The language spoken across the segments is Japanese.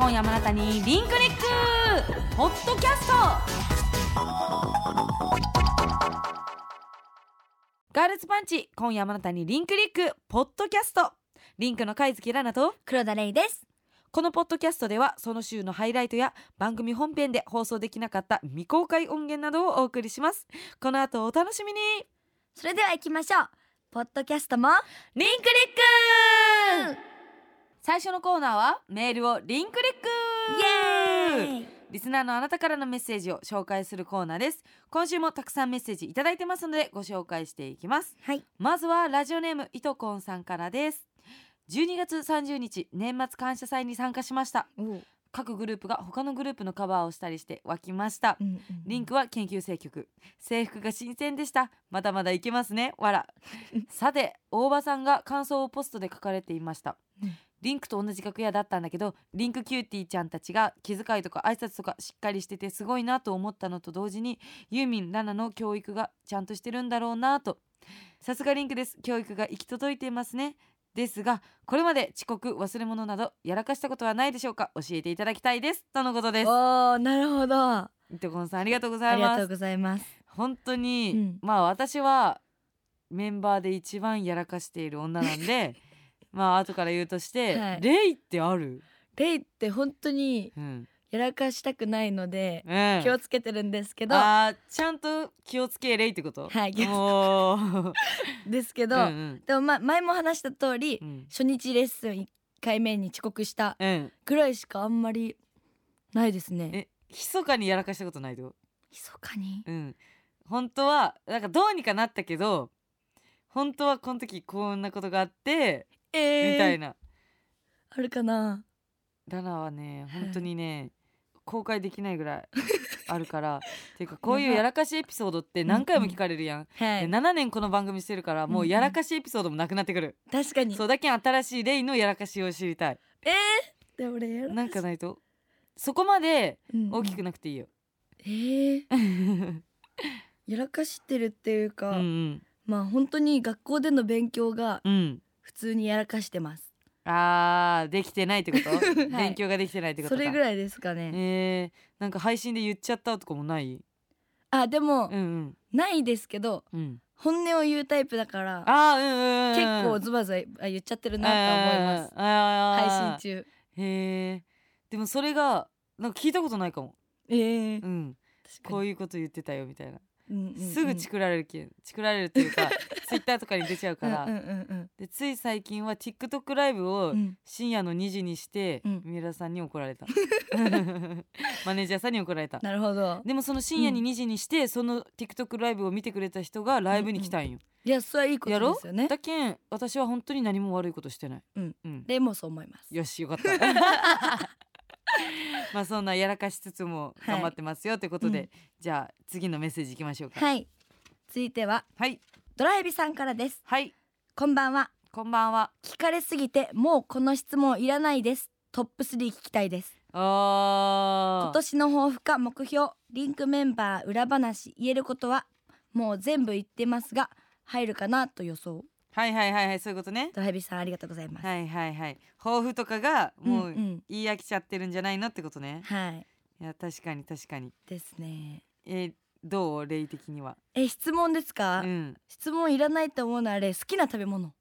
今夜もあなたにリンクリックポッドキャスト。ガールズパンチ、今夜もあなたにリンクリックポッドキャスト。リンクの貝月ラナと黒田レイです。 このポッドキャストではその週のハイライトや番組本編で放送できなかった未公開音源などをお送りします。この後お楽しみに。 それでは行きましょう。ポッドキャストもリンクリック。最初のコーナーはメールをリンクリック。 イエーイ。 リスナーのあなたからのメッセージを紹介するコーナーです。今週もたくさんメッセージいただいてますのでご紹介していきます。 はい。 まずはラジオネームいとこんさんからです。12月30日年末感謝祭に参加しました。各グループが他のグループのカバーをしたりして沸きました。リンクは研究生曲、制服が新鮮でした。まだまだいけますね、わらさて大場さんが感想をポストで書かれていました。リンクと同じ楽屋だったんだけど、リンクキューティーちゃんたちが気遣いとか挨拶とかしっかりしててすごいなと思ったのと同時に、ユーミンラナの教育がちゃんとしてるんだろうなと。さすがリンクです。教育が行き届いていますね。ですがこれまで遅刻、忘れ物などやらかしたことはないでしょうか。教えていただきたいですとのことです。 おー、なるほど。あいとこんさんありがとうございりがとうます。 ございます。 本当に、まあ私はメンバーで一番やらかしている女なんでまあ後から言うとして、 はいレイってある？ レイって本当にうんやらかしたくないので、 うん、 気をつけてるんですけど、 ちゃんと気をつけレイってこと？ はい、 おーですけど、 うんでも前も話した通り、 うん初日レッスン1回目に遅刻したうんぐらいしかあんまりないですね。 密かにやらかしたことないと。 密かに。 本当はなんかどうにかなったけど、本当はこの時こんなことがあって、みたいな。 あるかな。 ラナはね本当にね、公開できないぐらいあるからっていうかこういうやらかしエピソードって何回も聞かれるやん、ではい。 7年この番組してるからもうやらかしエピソードもなくなってくる、 確かに。 そうだけん新しいレイのやらかしを知りたい。 でも俺やらかしなんかないとそこまで大きくなくていいよ。 やらかしてるっていうか、 うんまあ本当に学校での勉強がうん、 普通にやらかしてます。 できてないってこと、勉強ができてないってことか。 それぐらいですかね。 なんか配信で言っちゃったとかもない？ あ、でも、ないですけど、 うん本音を言うタイプだから結構ズバズバ言っちゃってるなと思います、配信中。 でもそれがなんか聞いたことないかも。 確かこういうこと言ってたよみたいな、すぐチクられるっていうかツイッターとかに出ちゃうから、でつい最近は TikTok ライブを深夜の2時にして、三浦さんに怒られたマネージャーさんに怒られた。 なるほど。 でもその深夜に2時にして、その TikTok ライブを見てくれた人がライブに来たんよ、 いや、それはいいことですよね。 だけん私は本当に何も悪いことしてない。 でもそう思います。 よしよかったまあそんなやらかしつつも頑張ってますよということで、じゃあ次のメッセージいきましょうか。 はい、続いてはドラエビさんからです。こんばんは。 こんばんは。 聞かれすぎてもうこの質問いらないです。トップ3聞きたいです。今年の抱負か目標、リンクメンバー裏話、言えることはもう全部言ってますが入るかなと予想。 そういうことね。 ドライビーさんありがとうございます。 抱負とかがもう言い飽きちゃってるんじゃないのってことね。いや確かにですね。 どうレイ的には。 質問ですか、質問いらないと思うのは好きな食べ物。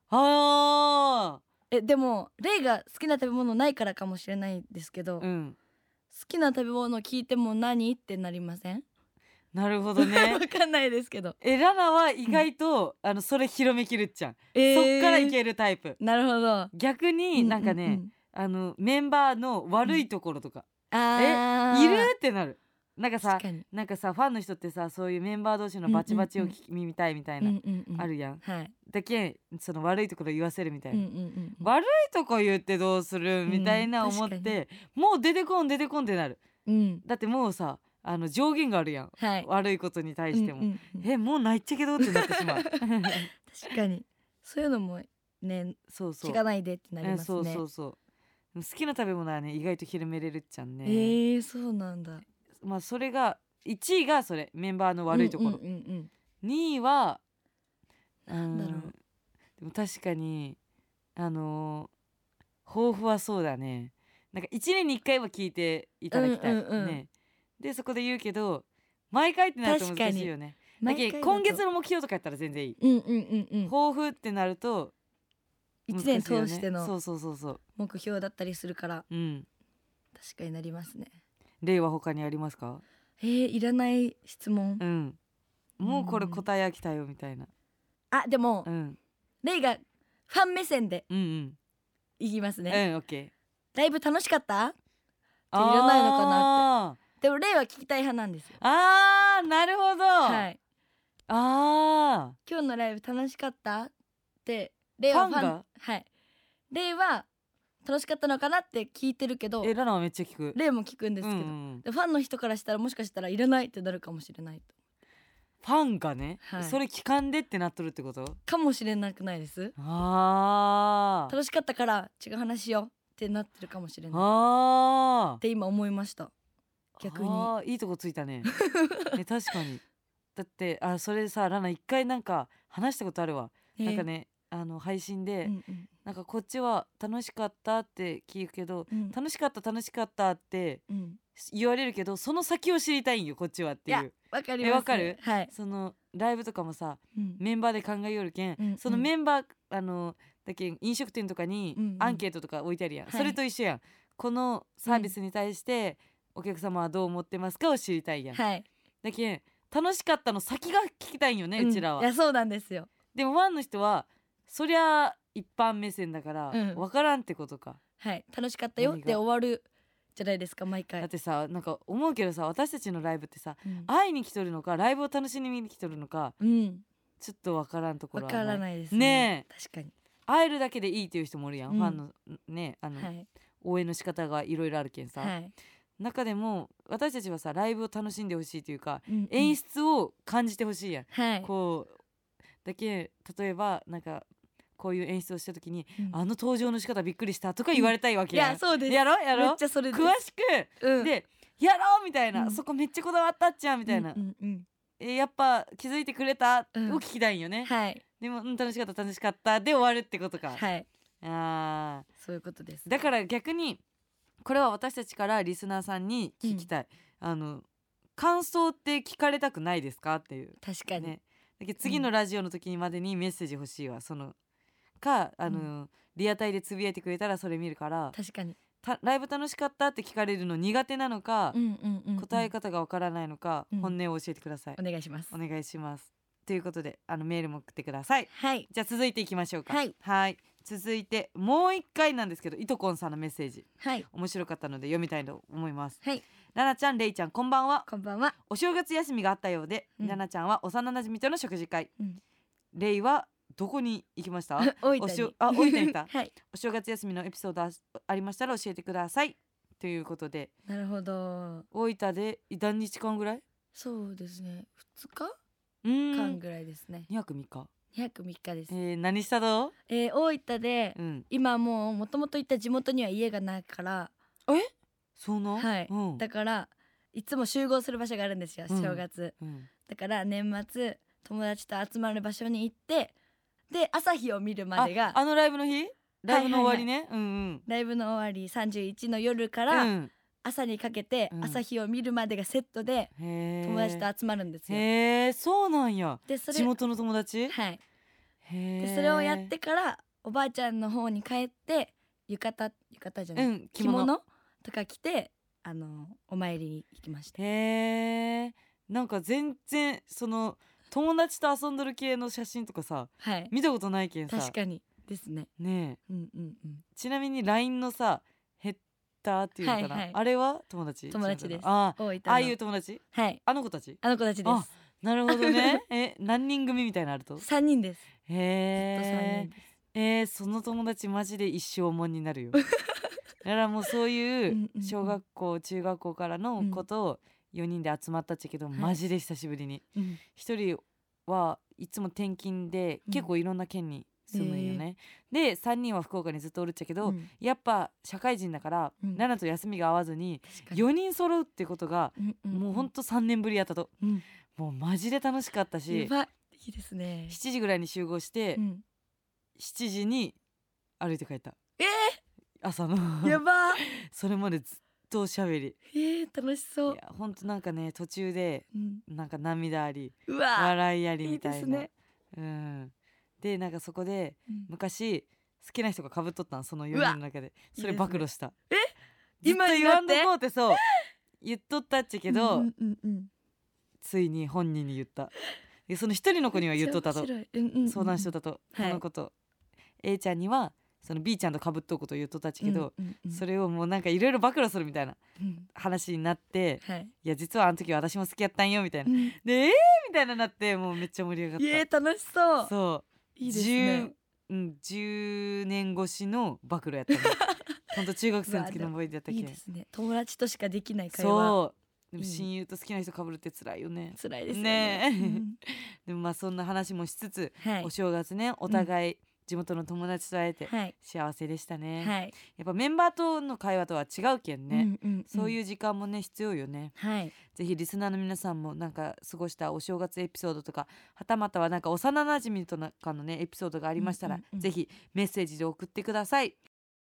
でもレイが好きな食べ物ないからかもしれないですけど、好きな食べ物聞いても何ってなりません？ なるほどねわかんないですけど、 ラナは意外と、それ広めきるっちゃん、そっからいけるタイプ。 なるほど。 逆になんかね、メンバーの悪いところとか、いるってなる。なんかさファンの人ってさ、そういうメンバー同士のバチバチを見たいみたいな、あるやん、だけその悪いところ言わせるみたいな、悪いとこ言ってどうするみたいな思って、もう出てこんってなる、だってもうさ上限があるやん、悪いことに対しても、もうないっちゃけどってなってしまう確かにそういうのもね、聞かないでってなりますね。 好きな食べ物はね意外と広めれるっちゃんね。 そうなんだ。 まあそれが1位がそれメンバーの悪いところ、2位はなんだろう。 でも確かに抱負はそうだね。 なんか1年に1回は聞いていただきたい、ね。でそこで言うけど毎回ってなると難しいよね。だけど今月の目標とかやったら全然いい、抱負ってなると 1年通してのそう目標だったりするから、 うん、 確かになりますね。 例は他にありますか？ いらない質問、 うん、もうこれ答え飽きたよみたいな。 あ、でも、 うん、 レイがファン目線でうんうんいきますね。 うん、オッケー。 ライブ楽しかったっていらないのかなって。でもレイは聞きたい派なんですよ。 あー、なるほど。 はい。 あー、 今日のライブ楽しかったってレイはファンが、 はい、レイは楽しかったのかなって聞いてるけど、 ラナはめっちゃ聞く。 レイも聞くんですけど、でファンの人からしたらもしかしたらいらないってなるかもしれないと。 ファンがね、 はい、 それ聞かんでってなっとるってことかもしれなくないです？ あー、 楽しかったから違う話しようってなってるかもしれないって今思いました。逆にいいとこついたね確かに。だってそれさ、ラナ一回なんか話したことあるわ、なんかね、配信で、なんかこっちは楽しかったって聞くけど、楽しかったって言われるけど、その先を知りたいんよこっちはっていう。 わかります。 わかる、 はい、 そのライブとかもさ、メンバーで考えよるけん、そのメンバーだけん飲食店とかにアンケートとか置いてあるやん、それと一緒やん。このサービスに対してお客様はどう思ってますかを知りたいやん、だけん楽しかったの先が聞きたいんよね、うちらは。 いやそうなんですよ。 でもファンの人はそりゃ一般目線だから分からんってことか。 はい、楽しかったよって終わるじゃないですか毎回。 だってさ、なんか思うけどさ、私たちのライブってさ、会いに来とるのかライブを楽しみに来とるのか、ちょっと分からんところはない。 分からないですね。確かに会えるだけでいいっていう人もおるやん、ファンのね、応援の仕方がいろいろあるけんさ、中でも私たちはさ、ライブを楽しんでほしいというか、演出を感じてほしいやん、こうだけ例えばなんかこういう演出をした時に、登場の仕方びっくりしたとか言われたいわけやん、 いやそうです。 やろめっちゃそれです。 詳しく、でやろうみたいな、そこめっちゃこだわったっちゃうみたいな、やっぱ気づいてくれたを聞きたいんよね、でも、楽しかったで終わるってことか。 そういうことです。 だから逆にこれは私たちからリスナーさんに聞きたい、感想って聞かれたくないですかっていう。 確かに、 ね、だけど次のラジオの時にまでにメッセージ欲しいわ、そのかリアタイでつぶやいてくれたらそれ見るから。 確かにライブ楽しかったって聞かれるの苦手なのか、答え方がわからないのか、本音を教えてください。 お願いします。 お願いします。ということでメールも送ってください。じゃあ続いていきましょうか。続いてもう一回なんですけど、いとこんさんのメッセージ、面白かったので読みたいと思います。ななちゃん、れいちゃん、こんばんは。 こんばんは。 お正月休みがあったようで、ななちゃんは幼なじみとの食事会、れいはどこに行きました？ 大分に大分に行った、お正月休みのエピソードありましたら教えてくださいということで。 なるほど。 大分で何日間ぐらい？ そうですね、2日間ぐらいですね。 2泊3日 2泊3日です。 何したの？ 大分で、今もともと行った地元には家がないから。 そうな？ だからいつも集合する場所があるんですよ、正月、だから年末友達と集まる場所に行って、で朝日を見るまでがライブの日、ライブの終わりね、 ライブの終わり31の夜から、朝にかけて朝日を見るまでがセットで友達と集まるんですよ。 そうなんや。 で地元の友達？ でそれをやってからおばあちゃんの方に帰って浴衣じゃない、着物とか着てお参りに行きました。 なんか全然その友達と遊んどる系の写真とかさ、見たことないけんさ。 確かにですね。 ちなみに LINE のさヘッダーっていうのかな、あれは友達です。 ああいう友達？あの子たちです。なるほどね何人組みたいなあると ？3人です。 その友達マジで一生もんになるよだからもうそういう小学校中学校からの子と4人で集まったっちゃけど、マジで久しぶりに。1人はいつも転勤で結構いろんな県に住むんよね、で3人は福岡にずっとおるっちゃけど、やっぱ社会人だから、ナナと休みが合わずに4人揃うってことが、もうほんと3年ぶりやったと、もうマジで楽しかったし、 いいですね。 7時ぐらいに集合して、7時に歩いて帰った。 朝のやばそれまでずっとおしゃべり。 楽しそう。 いやほんとなんかね途中でなんか涙ありうわ笑いありみたいな。 いいですね。 でなんかそこで昔好きな人が被っとったん、その4 うわ人の中で。それ暴露した。ずっと今に言わんなってとこうってそう言っとったっちゃけど、 うんついに本人に言った。でその一人の子には言っとったと、 めっちゃ面白い。 相談しとったと、 はいこのこと A ちゃんにはその B ちゃんと被っとうことを言っとったっちゃけど、それをもうなんかいろいろ暴露するみたいな話になって、いや実はあの時私も好きやったんよみたいな、でみたいななってもうめっちゃ盛り上がった。 楽しそう。 そういいですね。 10年越しの暴露やったねほんと中学生の時の思い出やったっけ。 いいですね。友達としかできない会話。 そうでも親友と好きな人被るって辛いよね。 辛いですよね。 でもまあそんな話もしつつ、 はいお正月ねお互い地元の友達と会えてはい幸せでしたね、 はい。 やっぱメンバーとの会話とは違うけんね、そうういう時間もね必要よね。 はいぜひリスナーの皆さんもなんか過ごしたお正月エピソードとかはたまたはなんか幼なじみとかのねエピソードがありましたら、ぜひメッセージで送ってください。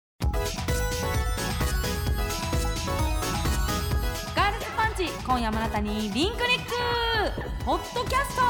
ガールズパンチ、今夜もあなたにリンクニックポッドキャスト。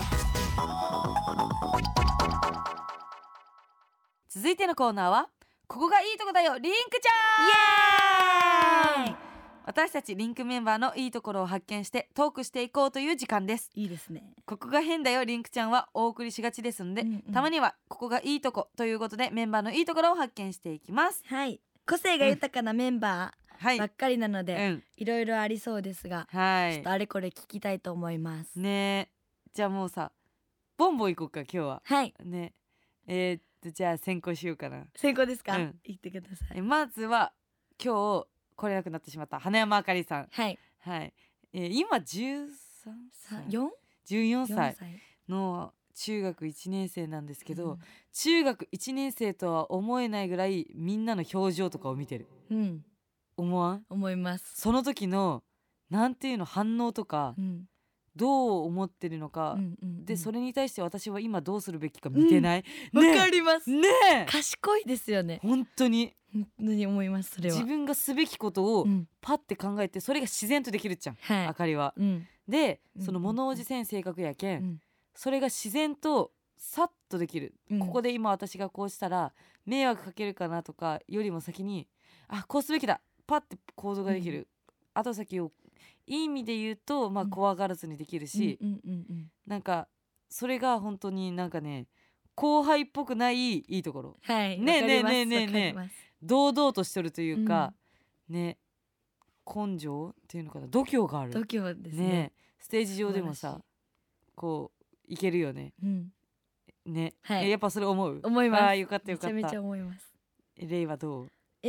続いてのコーナーはここがいいとこだよリンクちゃん。イエーイ。私たちリンクメンバーのいいところを発見してトークしていこうという時間です。 いいですね。 ここが変だよリンクちゃんはお送りしがちですので、たまにはここがいいとこということでメンバーのいいところを発見していきます。 はい、個性が豊かなメンバーばっかりなので、いろいろありそうですが、ちょっとあれこれ聞きたいと思いますね。じゃあもうさボンボンいこうか今日は。 はいね。じゃあ先行しようかな。 先行ですか、言ってください。 まずは今日来れなくなってしまった花山あかりさん。 はいはい、今13歳14歳の中学1年生なんですけど、中学1年生とは思えないぐらいみんなの表情とかを見てる、思わん？ 思います。 その時のなんていうの反応とか、どう思ってるのか、でそれに対して私は今どうするべきか見てない。 わかりますね。 賢いですよね。 本当に思います。それは自分がすべきことをパッて考えてそれが自然とできるじゃん、あかりは。でその物おじせん性格やけん、それが自然とさっとできる、ここで今私がこうしたら迷惑かけるかなとかよりも先にこうすべきだパッて行動ができる、後先をいい意味で言うと、怖がらずにできるし、なんかそれが本当になんかね後輩っぽくないいいところ。ねえねえねえねえねえ、堂々としてるというか、ね、根性っていうのかな、度胸がある。 度胸ですね。 ステージ上でもさこういけるよね。ね、やっぱそれ思う？ 思います。 よかったよかった。 めちゃめちゃ思います。 レイはどう？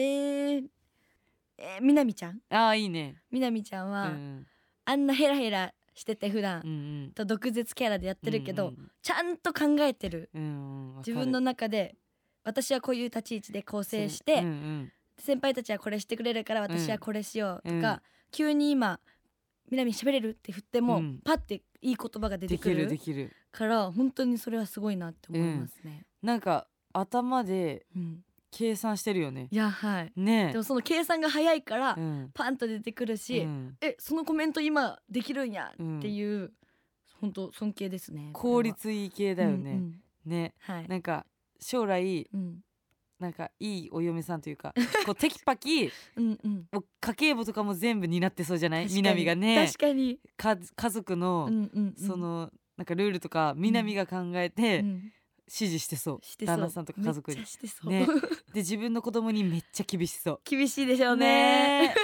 みなみちゃん。 いいね。 みなみちゃんは、あんなヘラヘラしてて普段、と毒舌キャラでやってるけど、ちゃんと考えてる、自分の中で私はこういう立ち位置で構成して、先輩たちはこれしてくれるから私はこれしようとか、急に今みなみ喋れるって振っても、パッていい言葉が出てくるできるから本当にそれはすごいなって思いますね。 なんか頭で計算してるよね。 いやね。でもその計算が早いからパンと出てくるし、そのコメント今できるんやっていう、本当尊敬ですね。 効率いい系だよね。ね、なんか将来なんかいいお嫁さんというかこうテキパキ家計簿とかも全部担ってそうじゃない？みなみがね。 確かに家族のそのなんかルールとかみなみが考えて指示してそう、旦那さんとか家族にね。で自分の子供にめっちゃ厳しそう。 厳しいでしょうね。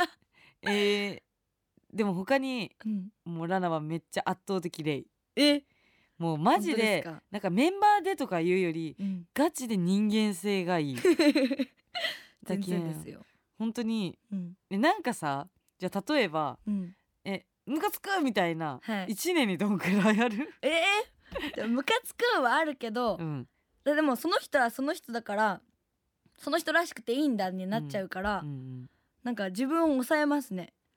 でも他にもうラナはめっちゃ圧倒的レイ。もうマジでなんかメンバーでとか言うより、ガチで人間性がいい。 全然ですよ本当に。なんかさ、じゃあ例えばムカつくみたいな、1年にどんくらいある？ ムカつくはあるけど、でもその人はその人だからその人らしくていいんだになっちゃうから、なんか自分を抑えますね。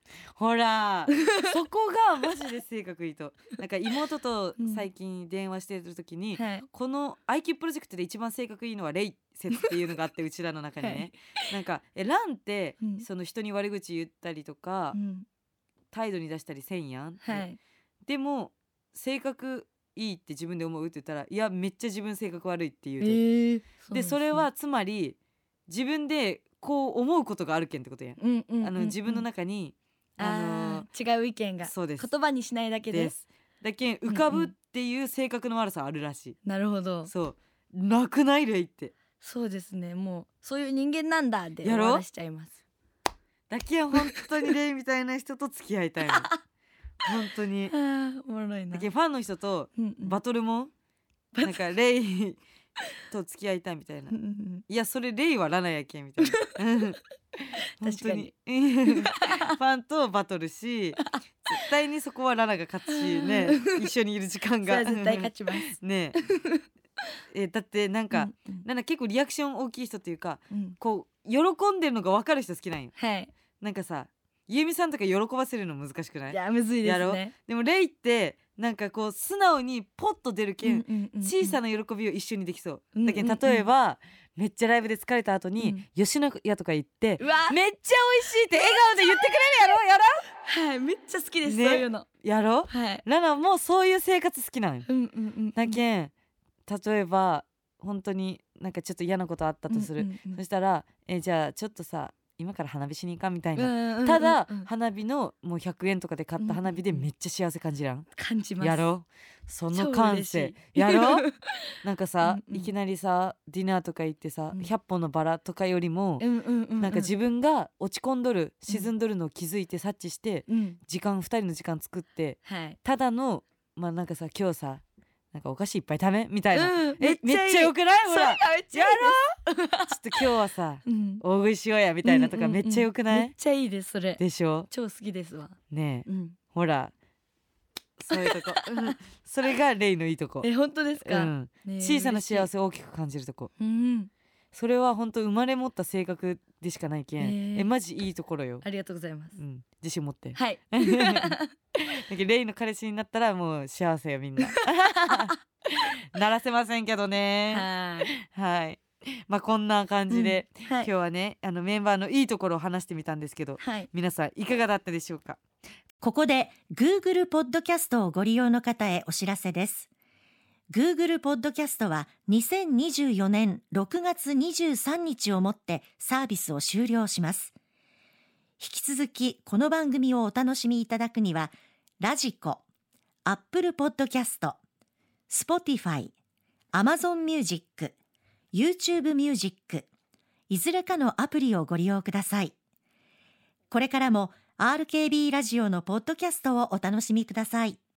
ほらそこがマジで性格いいと。なんか妹と最近電話してる時に、 はい、 この IQ プロジェクトで一番性格いいのはレイ説っていうのがあってうちらの中にね、 はい、 なんかランって、 うん、 その人に悪口言ったりとか、 うん、 態度に出したりせんやんって、 はい、 でも性格いいって自分で思うって言ったら、いやめっちゃ自分性格悪いって言うて、でそれはつまり自分でこう思うことがあるけんってことやん、自分の中に違う意見がそうです言葉にしないだけですだけん浮かぶっていう性格の悪さあるらしい、 なるほど。 そうなくないレイって。 そうですね、もうそういう人間なんだで終やろわらしちゃいます。 だけん本当にレイみたいな人と付き合いたいの本当に。 おもろいな。 だけんファンの人とバトルも、なんかレイと付き合いたいみたいな、いやそれレイはラナやけんみたいな本当にファンとバトルし、絶対にそこはラナが勝つしね一緒にいる時間が絶対勝ちますねだってなんか、なんか結構リアクション大きい人っていうか、こう喜んでるのが分かる人好きなんよ。 はい、 なんかさゆうみさんとか喜ばせるの難しくない？ いやむずいですね。 でもレイってなんかこう素直にポッと出るけん、小さな喜びを一緒にできそう、だけど例えば、めっちゃライブで疲れた後に、吉野家とか行ってめっちゃ美味しいって笑顔で言ってくれるやろ。やろはい、めっちゃ好きです、そういうのやろ、 はい、 ラナもそういう生活好きなんよ、だけん例えば本当になんかちょっと嫌なことあったとする、そしたらじゃあちょっとさ今から花火しに行かんみたいな、ただ花火のもう100円とかで買った花火でめっちゃ幸せ感じらん？ 感じます。 やろその感性やろなんかさいきなりさディナーとか行ってさ、100本のバラとかよりも、なんか自分が落ち込んどる沈んどるのを気づいて察知して、時間2人の時間作って、ただのまあなんかさ今日さなんかお菓子いっぱい食べみたいな、めっちゃよくない？ほらやろちょっと今日はさ、大食いしようやみたいなとかめっちゃよくない？ めっちゃいいですそれ。 でしょ？ 超好きですわねえ、ほらそういうとこそれがレイのいいとこ。 本当ですか？ 小さな幸せを大きく感じるとこ、それは本当生まれ持った性格でしかないけん、マジいいところよ。 ありがとうございます、 自信持って。 はいだけどレイの彼氏になったらもう幸せよみんなならせませんけどね。はい、まあこんな感じで、今日はねメンバーのいいところを話してみたんですけど、皆さんいかがだったでしょうか？ ここで Google ポッドキャストをご利用の方へお知らせです。Google ポッドキャストは2024年6月23日をもってサービスを終了します。引き続きこの番組をお楽しみいただくには、ラジコ、Apple ポッドキャスト、Spotify、Amazon Music、YouTube Music、いずれかのアプリをご利用ください。これからもRKB ラジオのポッドキャストをお楽しみください。